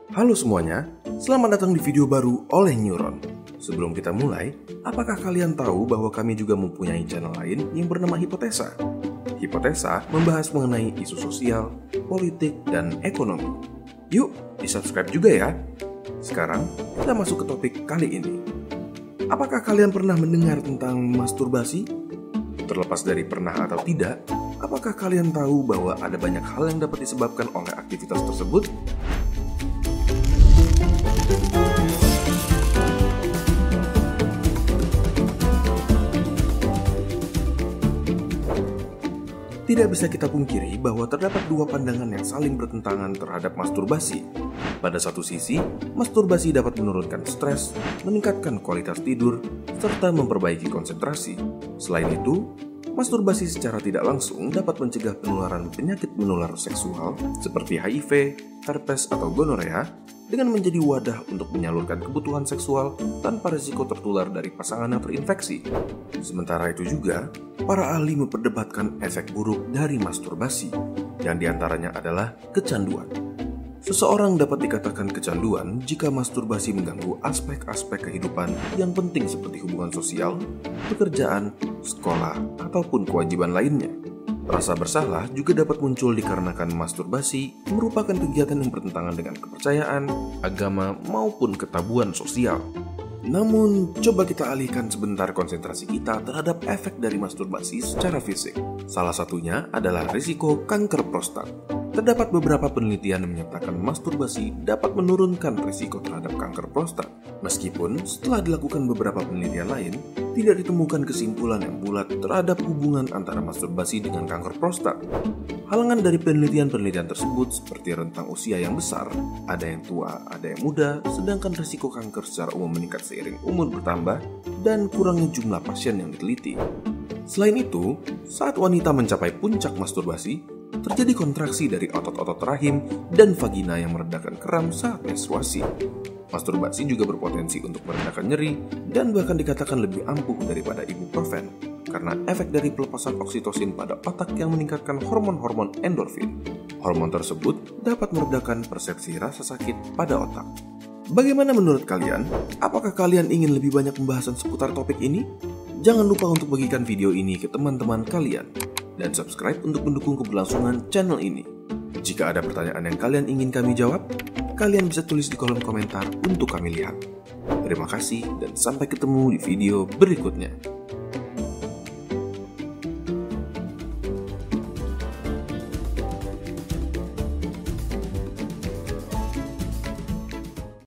Halo semuanya, selamat datang di video baru oleh Neuron. Sebelum kita mulai, apakah kalian tahu bahwa kami juga mempunyai channel lain yang bernama Hipotesa? Hipotesa membahas mengenai isu sosial, politik, dan ekonomi. Yuk, di-subscribe juga ya. Sekarang, kita masuk ke topik kali ini. Apakah kalian pernah mendengar tentang masturbasi? Terlepas dari pernah atau tidak, apakah kalian tahu bahwa ada banyak hal yang dapat disebabkan oleh aktivitas tersebut? Tidak bisa kita pungkiri bahwa terdapat dua pandangan yang saling bertentangan terhadap masturbasi. Pada satu sisi, masturbasi dapat menurunkan stres, meningkatkan kualitas tidur, serta memperbaiki konsentrasi. Selain itu, masturbasi secara tidak langsung dapat mencegah penularan penyakit menular seksual seperti HIV, herpes, atau gonorea dengan menjadi wadah untuk menyalurkan kebutuhan seksual tanpa risiko tertular dari pasangan yang terinfeksi. Sementara itu juga, para ahli memperdebatkan efek buruk dari masturbasi, yang diantaranya adalah kecanduan. Seseorang dapat dikatakan kecanduan jika masturbasi mengganggu aspek-aspek kehidupan yang penting seperti hubungan sosial, pekerjaan, sekolah, ataupun kewajiban lainnya. Rasa bersalah juga dapat muncul dikarenakan masturbasi merupakan kegiatan yang bertentangan dengan kepercayaan, agama, maupun ketabuan sosial. Namun, coba kita alihkan sebentar konsentrasi kita terhadap efek dari masturbasi secara fisik. Salah satunya adalah risiko kanker prostat. Terdapat beberapa penelitian yang menyatakan masturbasi dapat menurunkan risiko terhadap kanker prostat. Meskipun setelah dilakukan beberapa penelitian lain, tidak ditemukan kesimpulan yang bulat terhadap hubungan antara masturbasi dengan kanker prostat. Halangan dari penelitian-penelitian tersebut seperti rentang usia yang besar, ada yang tua, ada yang muda, sedangkan risiko kanker secara umum meningkat seiring umur bertambah, dan kurangnya jumlah pasien yang diteliti. Selain itu, saat wanita mencapai puncak masturbasi, terjadi kontraksi dari otot-otot rahim dan vagina yang meredakan kram saat menstruasi. Masturbasi juga berpotensi untuk meredakan nyeri dan bahkan dikatakan lebih ampuh daripada ibuprofen karena efek dari pelepasan oksitosin pada otak yang meningkatkan hormon-hormon endorfin. Hormon tersebut dapat meredakan persepsi rasa sakit pada otak. Bagaimana menurut kalian? Apakah kalian ingin lebih banyak pembahasan seputar topik ini? Jangan lupa untuk bagikan video ini ke teman-teman kalian dan subscribe untuk mendukung keberlangsungan channel ini. Jika ada pertanyaan yang kalian ingin kami jawab, kalian bisa tulis di kolom komentar untuk kami lihat. Terima kasih dan sampai ketemu di video berikutnya.